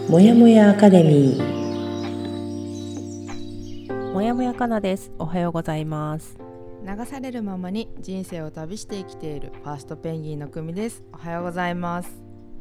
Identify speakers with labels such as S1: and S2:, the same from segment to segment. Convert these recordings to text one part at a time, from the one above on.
S1: もやもやアカデミー。
S2: もやもやかなです。おはようございます。
S3: 流されるままに人生を旅して生きているファーストペンギンの組です。おはようございます。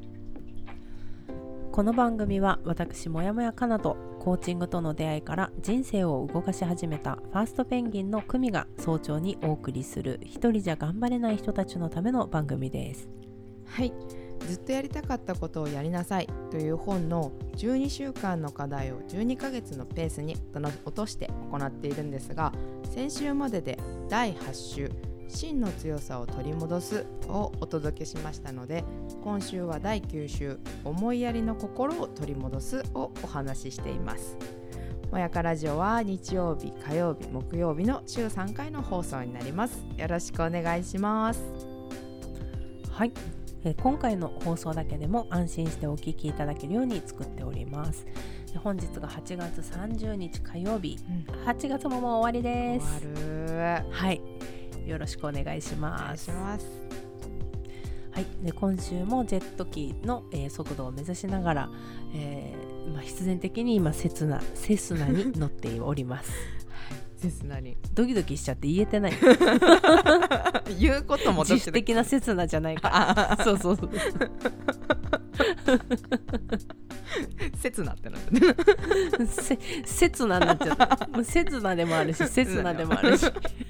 S2: この番組は私もやもやかなとコーチングとの出会いから人生を動かし始めたファーストペンギンの組が早朝にお送りする一人じゃ頑張れない人たちのための番組です。
S3: はい、ずっとやりたかったことをやりなさいという本の12週間の課題を12ヶ月のペースに落として行っているんですが、先週までで第8週真の強さを取り戻すをお届けしましたので、今週は第9週思いやりの心を取り戻すをお話ししています。もやかラジオは日曜日、火曜日、木曜日の週3回の放送になります。よろしくお願いします。
S2: はい、今回の放送だけでも安心してお聞きいただけるように作っております。本日が8月30日火曜日、8月ももう終わりです。
S3: 終わる。
S2: はい、よろしくお願いします。はい、で今週もジェット機の、速度を目指しながら、必然的に今セスナに乗っております
S3: セスナに
S2: ドキドキしちゃって言えてない
S3: 言うことも
S2: 自主的なセスナじゃないからそう
S3: セツナってなって
S2: セツナになっちゃったもうセツナでもあるしセスナでもあるし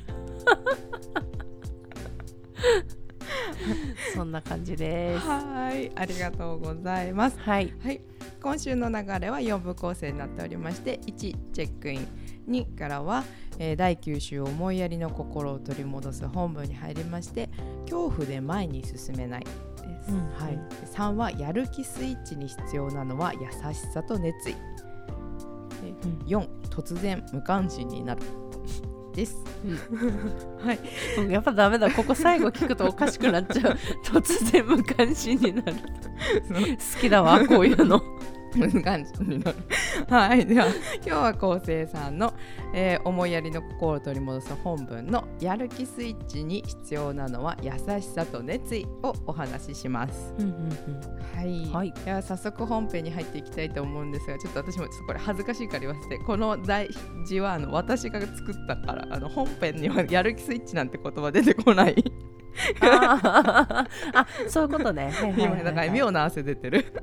S2: そんな感じです。
S3: はい、ありがとうございます。
S2: はい、
S3: 今週の流れは4部構成になっておりまして、1チェックイン、2からは、第9週思いやりの心を取り戻す本文に入りまして、恐怖で前に進めないです、3はやる気スイッチに必要なのは優しさと熱意、4突然無関心になるです、
S2: はい、やっぱダメだ、ここ最後聞くとおかしくなっちゃう突然無関心になる好きだわこういうの
S3: 無関心になるはい、では今日は昴生さんの、思いやりの心を取り戻す本文のやる気スイッチに必要なのは優しさと熱意をお話しします、はい、では早速本編に入っていきたいと思うんですが、ちょっと私もこれ恥ずかしいから言わせて、この題字は私が作ったから本編にはやる気スイッチなんて言葉出てこない
S2: あそういうことね、
S3: 今だから妙な汗出てる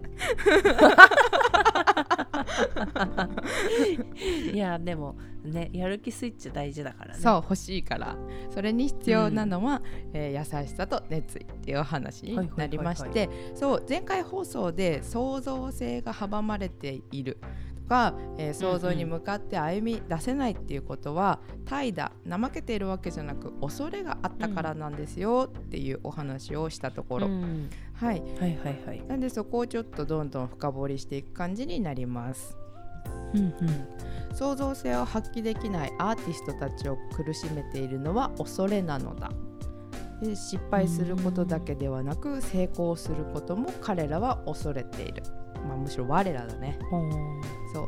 S2: いやでもね、やる気スイッチ大事だからね。
S3: そう、欲しいから。それに必要なのは、優しさと熱意っていうお話になりまして、そう前回放送で創造性が阻まれているとか、想像に向かって歩み出せないっていうことは、怠惰、怠けているわけじゃなく恐れがあったからなんですよっていうお話をしたところ、なんでそこをちょっとどんどん深掘りしていく感じになります。創造性を発揮できないアーティストたちを苦しめているのは恐れなのだ。で、失敗することだけではなく成功することも彼らは恐れている。むしろ我らだね。そう、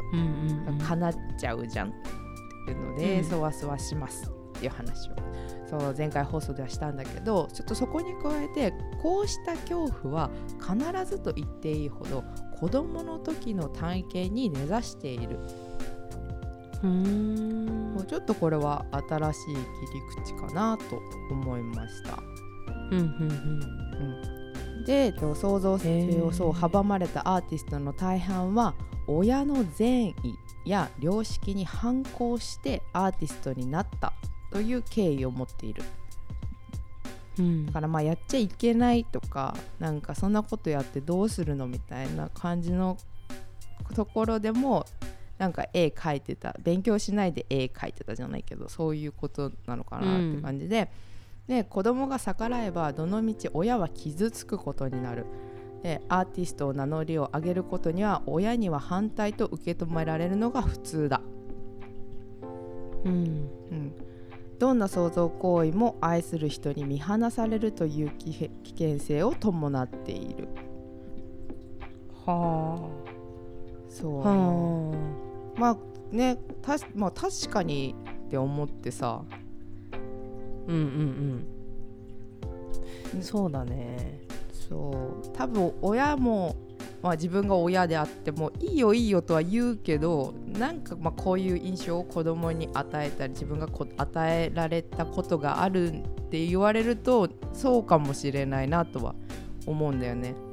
S3: 叶っちゃうじゃんっていうので、そわそわしますっていう話をそう前回放送ではしたんだけど、ちょっとそこに加えて、こうした恐怖は必ずと言っていいほど子供の時の体験に根ざしている。ちょっとこれは新しい切り口かなと思いました。で、創造性を阻まれたアーティストの大半は親の善意や良識に反抗してアーティストになったという経緯を持っている。だからやっちゃいけないとか、なんかそんなことやってどうするのみたいな感じのところでも、なんか絵描いてた、勉強しないで絵描いてたじゃないけど、そういうことなのかなって感じで、で子供が逆らえばどのみち親は傷つくことになる。でアーティストを名乗りを上げることには親には反対と受け止められるのが普通だ。どんな創造行為も愛する人に見放されるという危険性を伴っている。そうね、確かにって思ってさ、
S2: そうだね。
S3: そう、多分親も自分が親であってもいいよいいよとは言うけど、なんかこういう印象を子供に与えたり自分が与えられたことがあるって言われるとそうかもしれないなとは思うんだよね。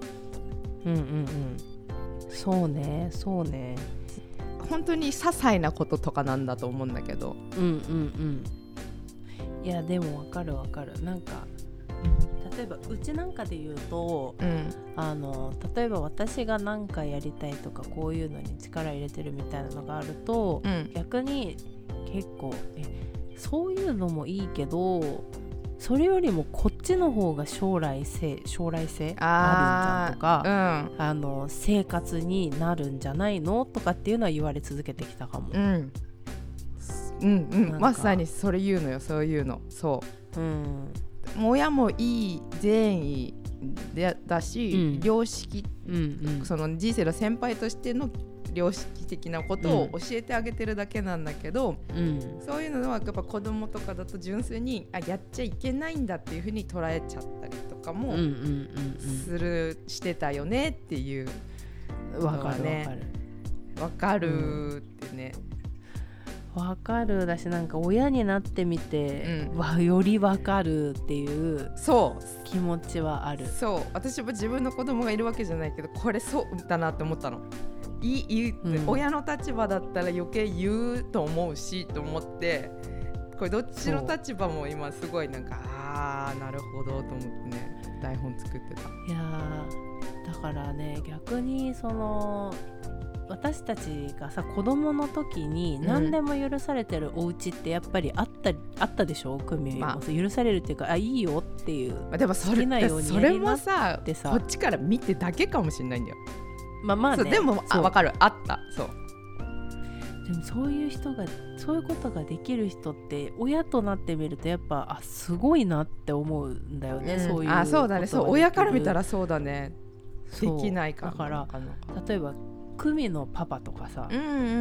S2: そうね
S3: 本当に些細なこととかなんだと思うんだけど、
S2: いやでも分かるなんか例えばうちなんかで言うと、例えば私が何かやりたいとかこういうのに力入れてるみたいなのがあると、逆に結構そういうのもいいけどそれよりもこっちの方が将来性あるんじゃんとか、生活になるんじゃないのとかっていうのは言われ続けてきたかも。
S3: まさにそれ言うのよ、そういうの。親もいい善意だし、良識、その人生の先輩としての良識的なことを教えてあげてるだけなんだけど、そういうのはやっぱ子供とかだと純粋にやっちゃいけないんだっていう風に捉えちゃったりとかもしてたよねっていうのはね、わかるってね、
S2: わかるだし、なんか親になってみて、よりわかるっていう気持ちはある。
S3: そう私も自分の子供がいるわけじゃないけどこれそうだなって思ったの。親の立場だったら余計言うと思うしと思って、これどっちの立場も今すごいなんかなるほどと思ってね、台本作ってた。
S2: いやだからね、逆にその私たちがさ子供の時に何でも許されてるお家ってやっぱりあったでしょ。クミも許されるっていうかいいよっていう、
S3: でも好きなようにやりなってさ、こっちから見てだけかもしれないんだよ。ね、でも分かる、あった。そう
S2: でもそういうことができる人って親となってみるとやっぱすごいなって思うんだよね。そういうことができる。そうだね、
S3: 親から見たらそうだね、できないかも。だから
S2: 例えばクミのパパとかさ、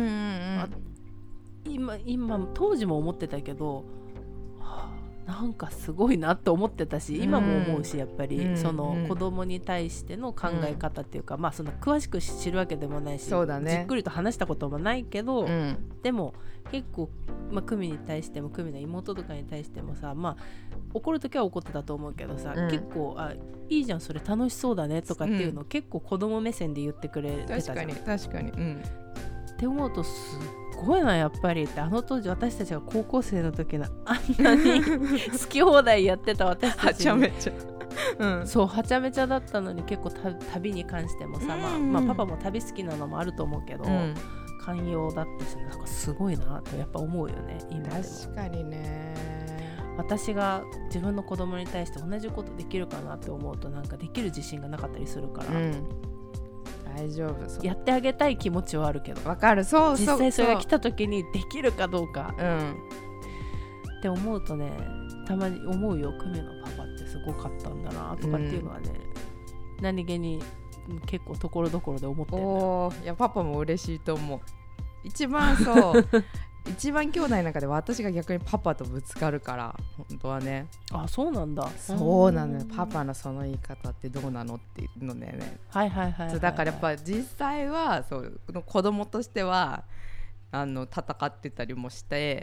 S2: 今当時も思ってたけど、なんかすごいなと思ってたし、今も思うし、やっぱりその子供に対しての考え方っていうか、その詳しく知るわけでもないし、じっくりと話したこともないけど、でも結構、クミに対してもクミの妹とかに対してもさ、怒るときは怒ってたと思うけどさ、結構いいじゃんそれ楽しそうだねとかっていうのを結構子供目線で言ってくれてたじゃん。
S3: 確かに、
S2: って思うとすごいなやっぱりって。当時私たちが高校生の時のあんなに好き放題やってた私たちにはちゃめちゃ、そうはちゃめちゃだったのに、結構旅に関してもさ、パパも旅好きなのもあると思うけど、寛容だったし、なんかすごいなとやっぱ思うよね今でも。
S3: 確かにね。
S2: 私が自分の子供に対して同じことできるかなって思うと、なんかできる自信がなかったりするから、
S3: 大丈夫。
S2: やってあげたい気持ちはあるけど、
S3: わかる。実
S2: 際それが来た時にできるかどうか、って思うとね、たまに思うよ。クミのパパってすごかったんだなとかっていうのはね、何気に結構ところどころで思ってる。
S3: いやパパも嬉しいと思う。一番兄弟の中で私が逆にパパとぶつかるから、本当はね。
S2: そうなんだ。
S3: そうなのよ。パパのその言い方ってどうなのっていうのね。だからやっぱ実際はそう子供としては戦ってたりもして、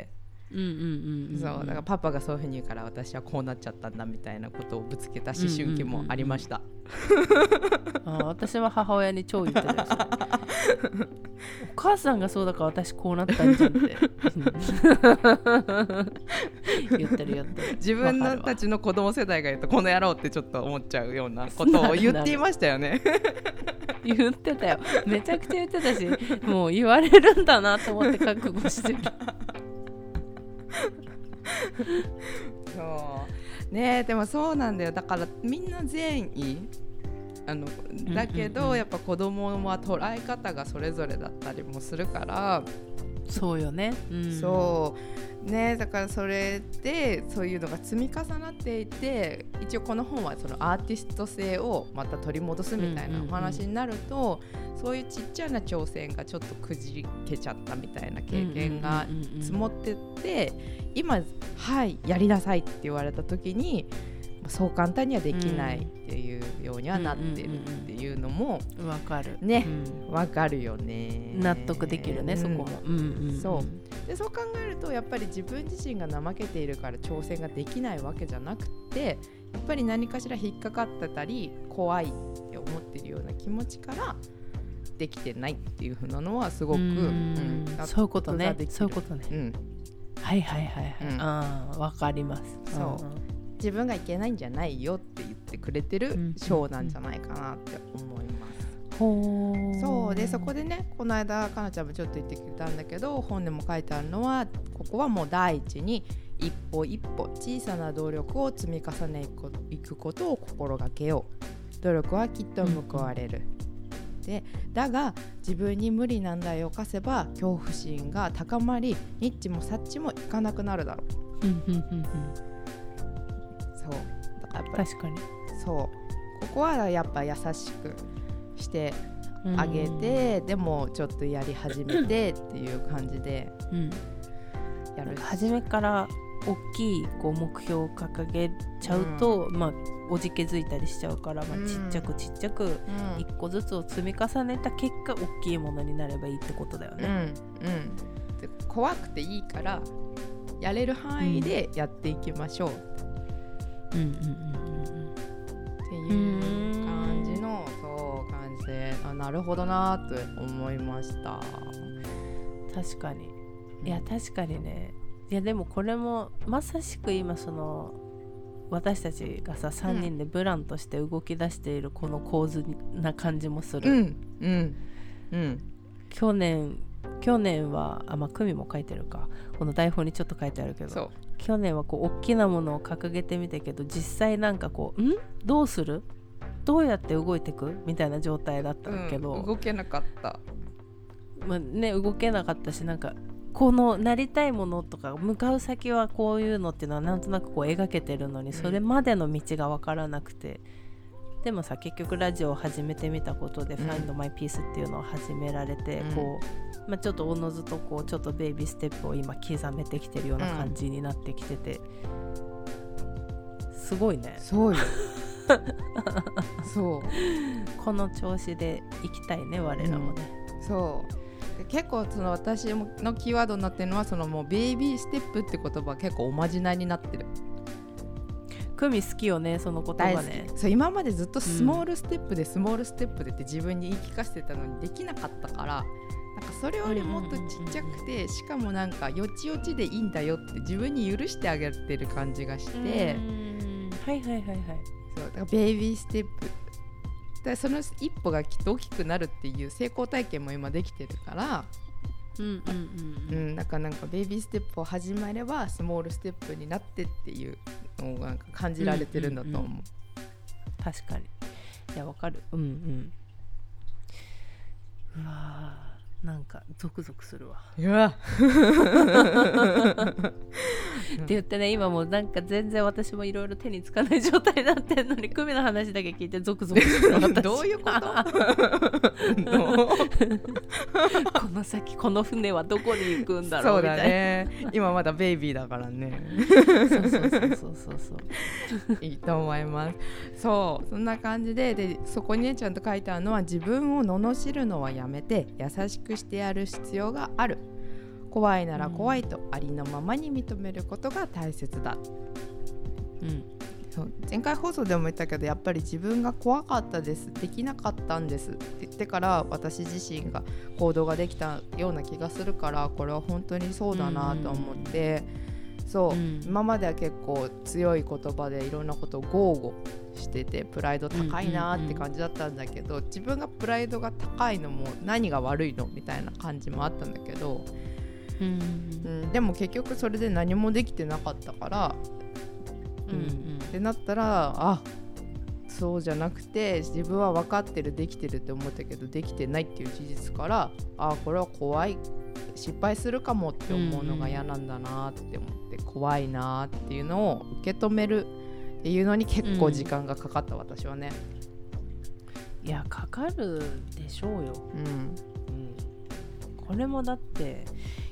S3: そうだからパパがそういうふうに言うから私はこうなっちゃったんだみたいなことをぶつけた思春期もありました。
S2: 私は母親に超言ってるよ。お母さんがそうだから私こうなったんじゃんって言ってる。
S3: 自分たちの子供世代が言うとこの野郎ってちょっと思っちゃうようなことを言っていましたよね。
S2: 言ってたよ。めちゃくちゃ言ってたし、もう言われるんだなと思って覚悟してる。
S3: そうね。でもそうなんだよ。だからみんな善意だけど、やっぱ子供は捉え方がそれぞれだったりもするから。
S2: そうよね、
S3: そうね。だからそれでそういうのが積み重なっていて、一応この本はそのアーティスト性をまた取り戻すみたいなお話になると、そういうちっちゃな挑戦がちょっとくじけちゃったみたいな経験が積もってって、今やりなさいって言われた時にそう簡単にはできないっていうようにはなってるっていうのも
S2: わかる
S3: ね、わかるよね。
S2: 納得できるね、そこも、
S3: そうで、そう考えるとやっぱり自分自身が怠けているから挑戦ができないわけじゃなくて、やっぱり何かしら引っかかってたり怖いって思ってるような気持ちからできてないっていう風なのはすごく、
S2: そういうことね、そういうことね、はいはいはいはい、わかります。
S3: そう、自分がいけないんじゃないよって言ってくれてる賞なんじゃないかなって思います。そうで、そこでね、この間かなちゃんもちょっと言ってくれたんだけど、本でも書いてあるのは、ここはもう第一に一歩一歩小さな努力を積み重ねていくことを心がけよう。努力はきっと報われる。でだが自分に無理難題を課せば恐怖心が高まり、ニッチもサッチもいかなくなるだろう。そうだからやっぱり
S2: 確かに
S3: そうここはやっぱ優しくしてあげて、でもちょっとやり始めてっていう感じでやる。
S2: 初めから大きいこう目標を掲げちゃうと、おじけづいたりしちゃうから、ちっちゃくちっちゃく一個ずつを積み重ねた結果、大きいものになればいいってことだよね。
S3: で怖くていいからやれる範囲でやっていきましょう、っていう感じのそう感じで、なるほどなと思いました。
S2: 確かに、いや確かにね。いやでもこれもまさしく今その私たちがさ3人でブランとして動き出しているこの構図な感じもする。去年は久美も書いてるか、この台本にちょっと書いてあるけど、去年はこう大きなものを掲げてみたけど、実際なんかこうどうする、どうやって動いてくみたいな状態だったけど、
S3: 動けなかった、
S2: 動けなかったし、なんかこのなりたいものとか向かう先はこういうのっていうのはなんとなくこう描けてるのに、それまでの道が分からなくて、でもさ結局ラジオを始めてみたことで、Find My Peace っていうのを始められて、こう、ちょっとおのずとこうちょっとベイビーステップを今刻めてきてるような感じになってきてて、すごいね。
S3: そうよそう
S2: この調子でいきたいね、我らもね。
S3: そう結構その私のキーワードになってるのは、そのもうベイビーステップって言葉結構おまじないになってる。
S2: クミ好きよね、その言葉ね。
S3: そう今までずっとスモールステップでスモールステップでって自分に言い聞かせてたのにできなかったから、なんかそれよりもっとちっちゃくて、しかもなんかよちよちでいいんだよって自分に許してあげてる感じがして、
S2: はいはいはいはい。
S3: そうだからベイビーステップで、その一歩がきっと大きくなるっていう成功体験も今できてるから、なんかベイビーステップを始めればスモールステップになってっていうのをなんか感じられてるんだと思う。
S2: 確かに、いやわかる。うわなんかゾクゾクするわ。
S3: うわ
S2: って言ってね、今もうなんか全然私もいろいろ手につかない状態になってるのに、クミの話だけ聞いてゾクゾクしてなかったし
S3: どういうこと
S2: この先この船はどこに行くんだろうみたいな。そうだ
S3: ね、今まだベイビーだからねそういいと思います。そんな感じでそこにねちゃんと書いてあるのは、自分を罵るのはやめて優しくしてやる必要がある。怖いなら怖いとありのままに認めることが大切だ。そう前回放送でも言ったけど、やっぱり自分が怖かったです、できなかったんですって言ってから私自身が行動ができたような気がするから、これは本当にそうだなと思って、今までは結構強い言葉でいろんなことを豪語してて、プライド高いなって感じだったんだけど、自分がプライドが高いのも何が悪いのみたいな感じもあったんだけど、でも結局それで何もできてなかったから、ってなったら、そうじゃなくて自分は分かってる、できてるって思ったけどできてないっていう事実から、これは怖い、失敗するかもって思うのが嫌なんだなって思って、怖いなっていうのを受け止めるっていうのに結構時間がかかった、私はね。
S2: いやかかるでしょうよ。これもだって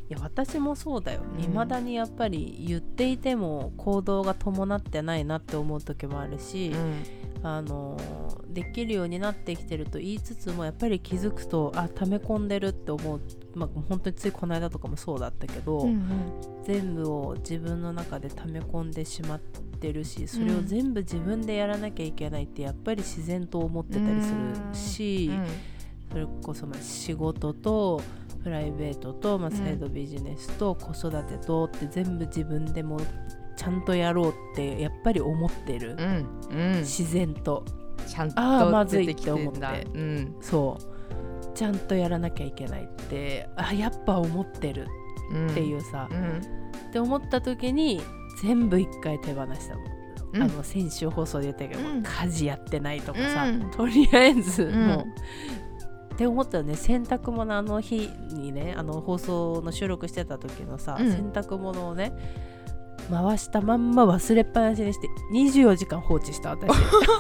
S2: や私もそうだよ、未だにやっぱり言っていても行動が伴ってないなって思う時もあるし、できるようになってきてると言いつつもやっぱり気づくと溜め込んでるって思う、本当についこの間とかもそうだったけど、全部を自分の中で溜め込んでしまってるし、それを全部自分でやらなきゃいけないってやっぱり自然と思ってたりするし、それこそ仕事とプライベートと、サイドビジネスと子育てとって全部自分でもちゃんとやろうってやっぱり思ってる、自然と
S3: ちゃんと
S2: まずいって思って、そうちゃんとやらなきゃいけないってやっぱ思ってるっていうさ、って思った時に全部一回手放したもん。先週放送で言ったけど、家事やってないとかさ、とりあえずもうって思ったよね。洗濯物の日にね、放送の収録してた時のさ、洗濯物をね回したまんま忘れっぱなしにして24時間放置した私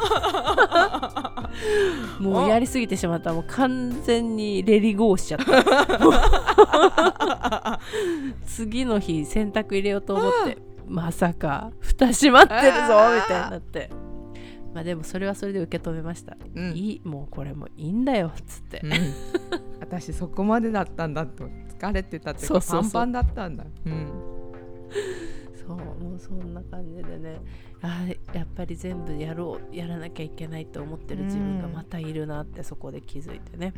S2: もうやりすぎてしまった。もう完全にレリゴーしちゃった次の日洗濯入れようと思ってまさか蓋閉まってるぞみたいになって、でもそれはそれで受け止めました、もうこれもいいんだよっつって、
S3: 私そこまでだったんだと、疲れてたっていうかパンパンだったんだ。
S2: そうもうそんな感じでね、やっぱり全部やらなきゃいけないと思ってる自分がまたいるなってそこで気づいてね、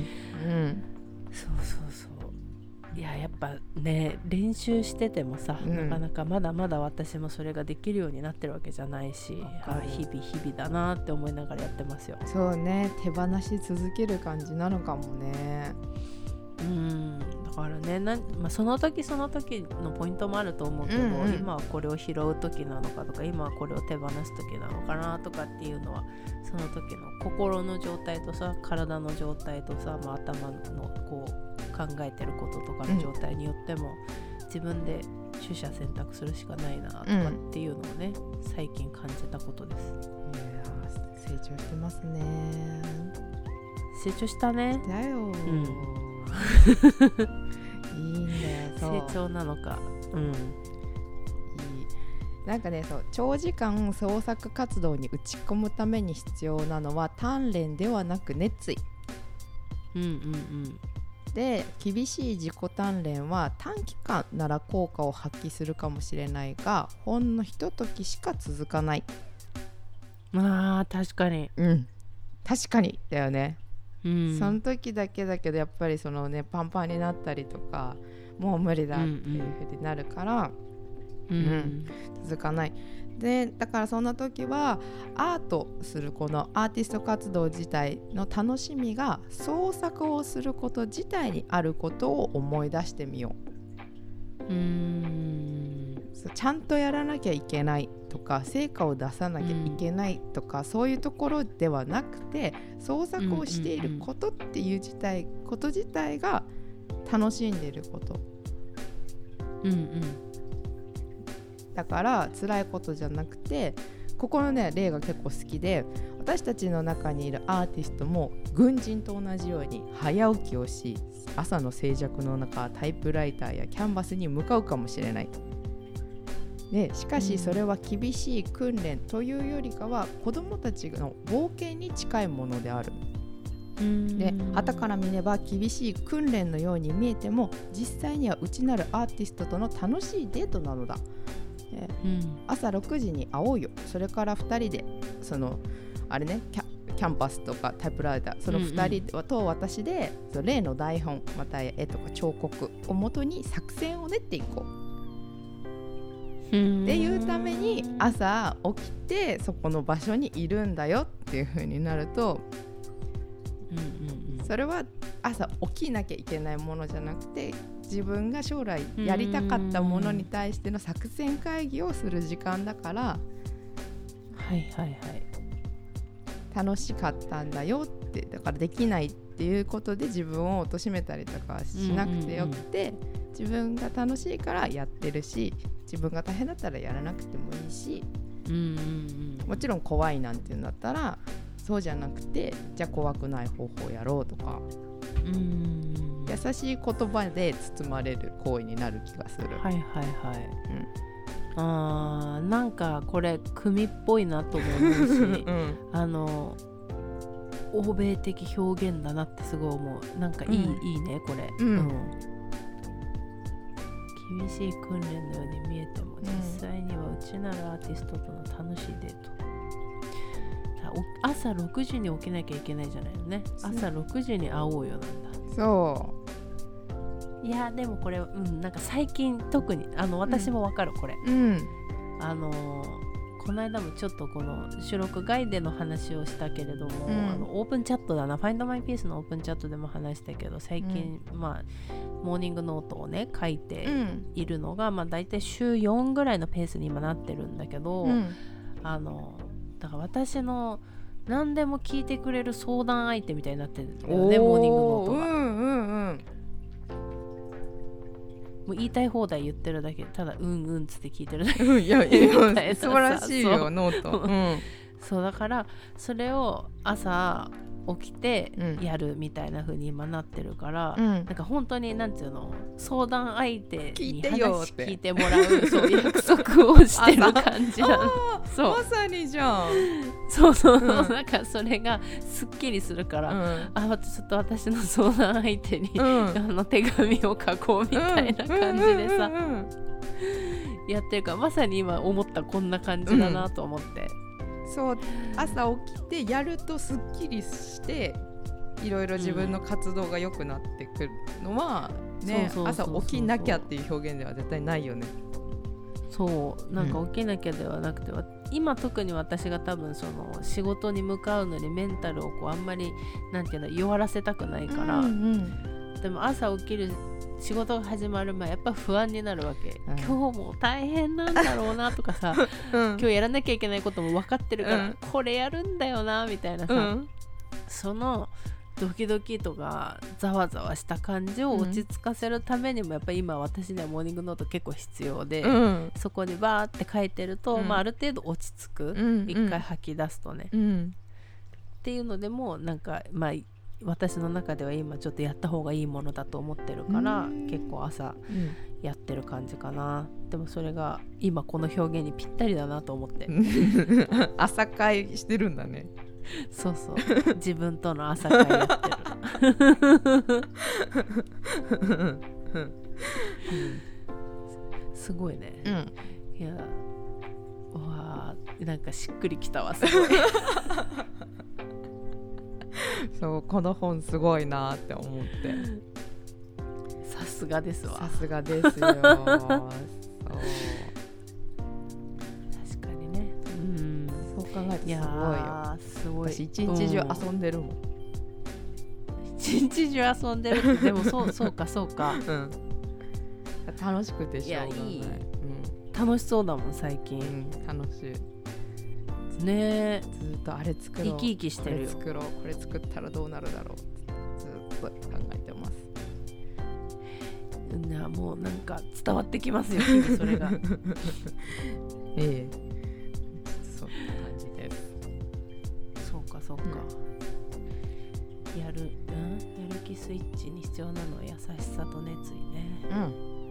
S2: そういややっぱね練習しててもさ、なかなかまだまだ私もそれができるようになってるわけじだし、日々だなって思いながらやってますよ。
S3: そうね、手放し続ける感じなのかもね。
S2: だからねその時その時のポイントもあると思うけど、今はこれを拾う時なのかとか、今はこれを手放す時なのかなとかっていうのは、その時の心の状態とさ、体の状態とさ、頭のこう考えてることとかの状態によっても、自分で取捨選択するしかないなとかっていうのをね、最近感じたことです。
S3: いや成長してますね。
S2: 成長したね。
S3: だよ、いいんだよ。
S2: 成長なのか。いい。
S3: なんかね、長時間創作活動に打ち込むために必要なのは鍛錬ではなく熱意。で、厳しい自己鍛錬は短期間なら効果を発揮するかもしれないが、ほんのひとときしか続かない。
S2: 確かに。
S3: 確かにだよね。その時だけだけどやっぱりパンパンになったりとか、もう無理だっていう風になるから、続かない。でだからそんな時はアートするこのアーティスト活動自体の楽しみが創作をすること自体にあることを思い出してみよう。ちゃんとやらなきゃいけないとか、成果を出さなきゃいけないとか、そういうところではなくて、創作をしていることっていうこと自体が楽しんでいること、だから辛いことじゃなくて、ここのね例が結構好きで、私たちの中にいるアーティストも軍人と同じように早起きをし、朝の静寂の中タイプライターやキャンバスに向かうかもしれない。でしかしそれは厳しい訓練というよりかは子どもたちの冒険に近いものである。で傍から見れば厳しい訓練のように見えても、実際には内なるアーティストとの楽しいデートなのだ。朝6時に会おうよ。それから2人であれね、キャンパスとかタイプライター、その2人と私で例の台本また絵とか彫刻を元に作戦を練っていこうっていうために朝起きてそこの場所にいるんだよっていう風になると、それは朝起きなきゃいけないものじゃなくて、自分が将来やりたかったものに対しての作戦会議をする時間だから、楽しかったんだよって。だからできないっていうことで自分を貶めたりとかしなくてよくて、自分が楽しいからやってるし、自分が大変だったらやらなくてもいいし、もちろん怖いなんていうんだったらそうじゃなくて、じゃあ怖くない方法やろうとか、 優しい言葉で包まれる行為になる気がする。
S2: はいはいはい、なんかこれ組っぽいなとも思うし、欧米的表現だなってすごい思う。なんかいいねこれ、厳しい訓練のように見えても、実際には内なるアーティストとの楽しいデート。朝6時に起きなきゃいけないじゃないのね。朝6時に会おうよなんだ。
S3: そう
S2: いやでもこれ、なんか最近特に私もわかる、これ、この間もちょっとこの収録外での話をしたけれども、オープンチャットだな、Find My Peaceのオープンチャットでも話したけど、最近、モーニングノートをね書いているのが、だいたい週4ぐらいのペースに今なってるんだけど、だから私の何でも聞いてくれる相談相手みたいになってるんだよね、モーニングノートが。もう言いたい放題言ってるだけ、ただつって聞いてるだけ。
S3: いや素晴らしいよノート。
S2: そうだからそれを朝起きてやるみたいな風に今なってるから、なんか本当になんていうの、相談相手に話聞いてもらうそう約束をしてる感じなの。そう
S3: まさにじゃん。
S2: そう、なんかそれがすっきりするから、ちょっと私の相談相手に、手紙を書こうみたいな感じでさ、やってるから、まさに今思ったこんな感じだなと思って。
S3: そう朝起きてやるとすっきりしていろいろ自分の活動が良くなってくるのはね、朝起きなきゃっていう表現では絶対ないよね。
S2: そうなんか起きなきゃではなくて、今特に私が多分その仕事に向かうのにメンタルをこうあんまりなんていうの弱らせたくないから、でも朝起きる仕事が始まる前やっぱ不安になるわけ、今日も大変なんだろうなとかさ、今日やらなきゃいけないことも分かってるから、これやるんだよなみたいなさ、そのドキドキとかざわざわした感じを落ち着かせるためにも、やっぱり今私にはモーニングノート結構必要で、そこにバーって書いてると、ある程度落ち着く、一回吐き出すとね、っていうのでもなんか私の中では今ちょっとやった方がいいものだと思ってるから、結構朝やってる感じかな。でもそれが今この表現にぴったりだなと思って
S3: 朝会してるんだね。
S2: そう自分との朝会やってるすごいね、いやわーなんかしっくりきたわ、すごい
S3: そうこの本すごいなって思って、
S2: さすがですわ。
S3: さすがですよそう確か
S2: にね、
S3: そう考えてすごいよ。
S2: すごい。
S3: 私一日中遊んでるもん、
S2: 一日中遊んでるってでもそうか、
S3: 楽しくてしょうがない。
S2: いや楽しそうだもん最近、
S3: 楽しい
S2: ね。
S3: ずっとあれ作ろう、
S2: 生き生きしてるよ。
S3: これ作ったらどうなるだろうずっと考えてます。
S2: もうなんか伝わってきますよそれが
S3: そんな感じです。
S2: そうか、やる気スイッチに必要なのは優しさと熱意ね。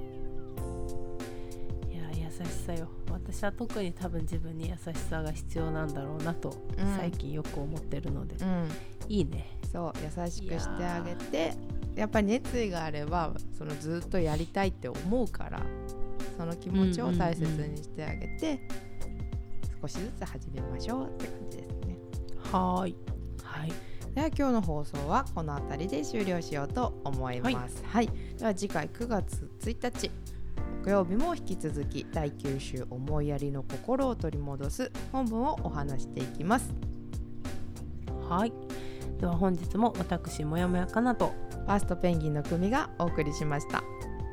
S2: いや優しさよ。私は特に多分自分に優しさが必要なんだろうなと、最近よく思ってるので、いいね。
S3: そう優しくしてあげて、やっぱり熱意があればそのずっとやりたいって思うから、その気持ちを大切にしてあげて、少しずつ始めましょうって感じですね。
S2: はい。
S3: では今日の放送はこの辺りで終了しようと思います。では次回9月1日木曜日も引き続き第9週思いやりの心を取り戻す本文をお話していきます。
S2: では本日も私もやもやかなと
S3: ファーストペンギンの組がお送りしました。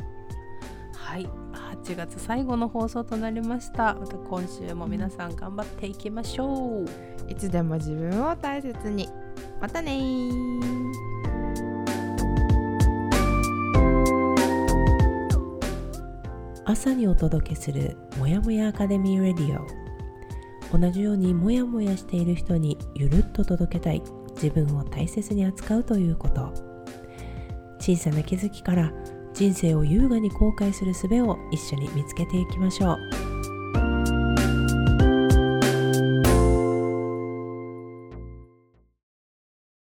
S2: 8月最後の放送となりました。また今週も皆さん頑張っていきましょう。
S3: いつでも自分を大切に。またねー。
S1: 朝にお届けするもやもやアカデミーレディオ。同じようにもやもやしている人にゆるっと届けたい、自分を大切に扱うということ。 小さな気づきから人生を優雅に後悔する術を一緒に見つけていきましょう。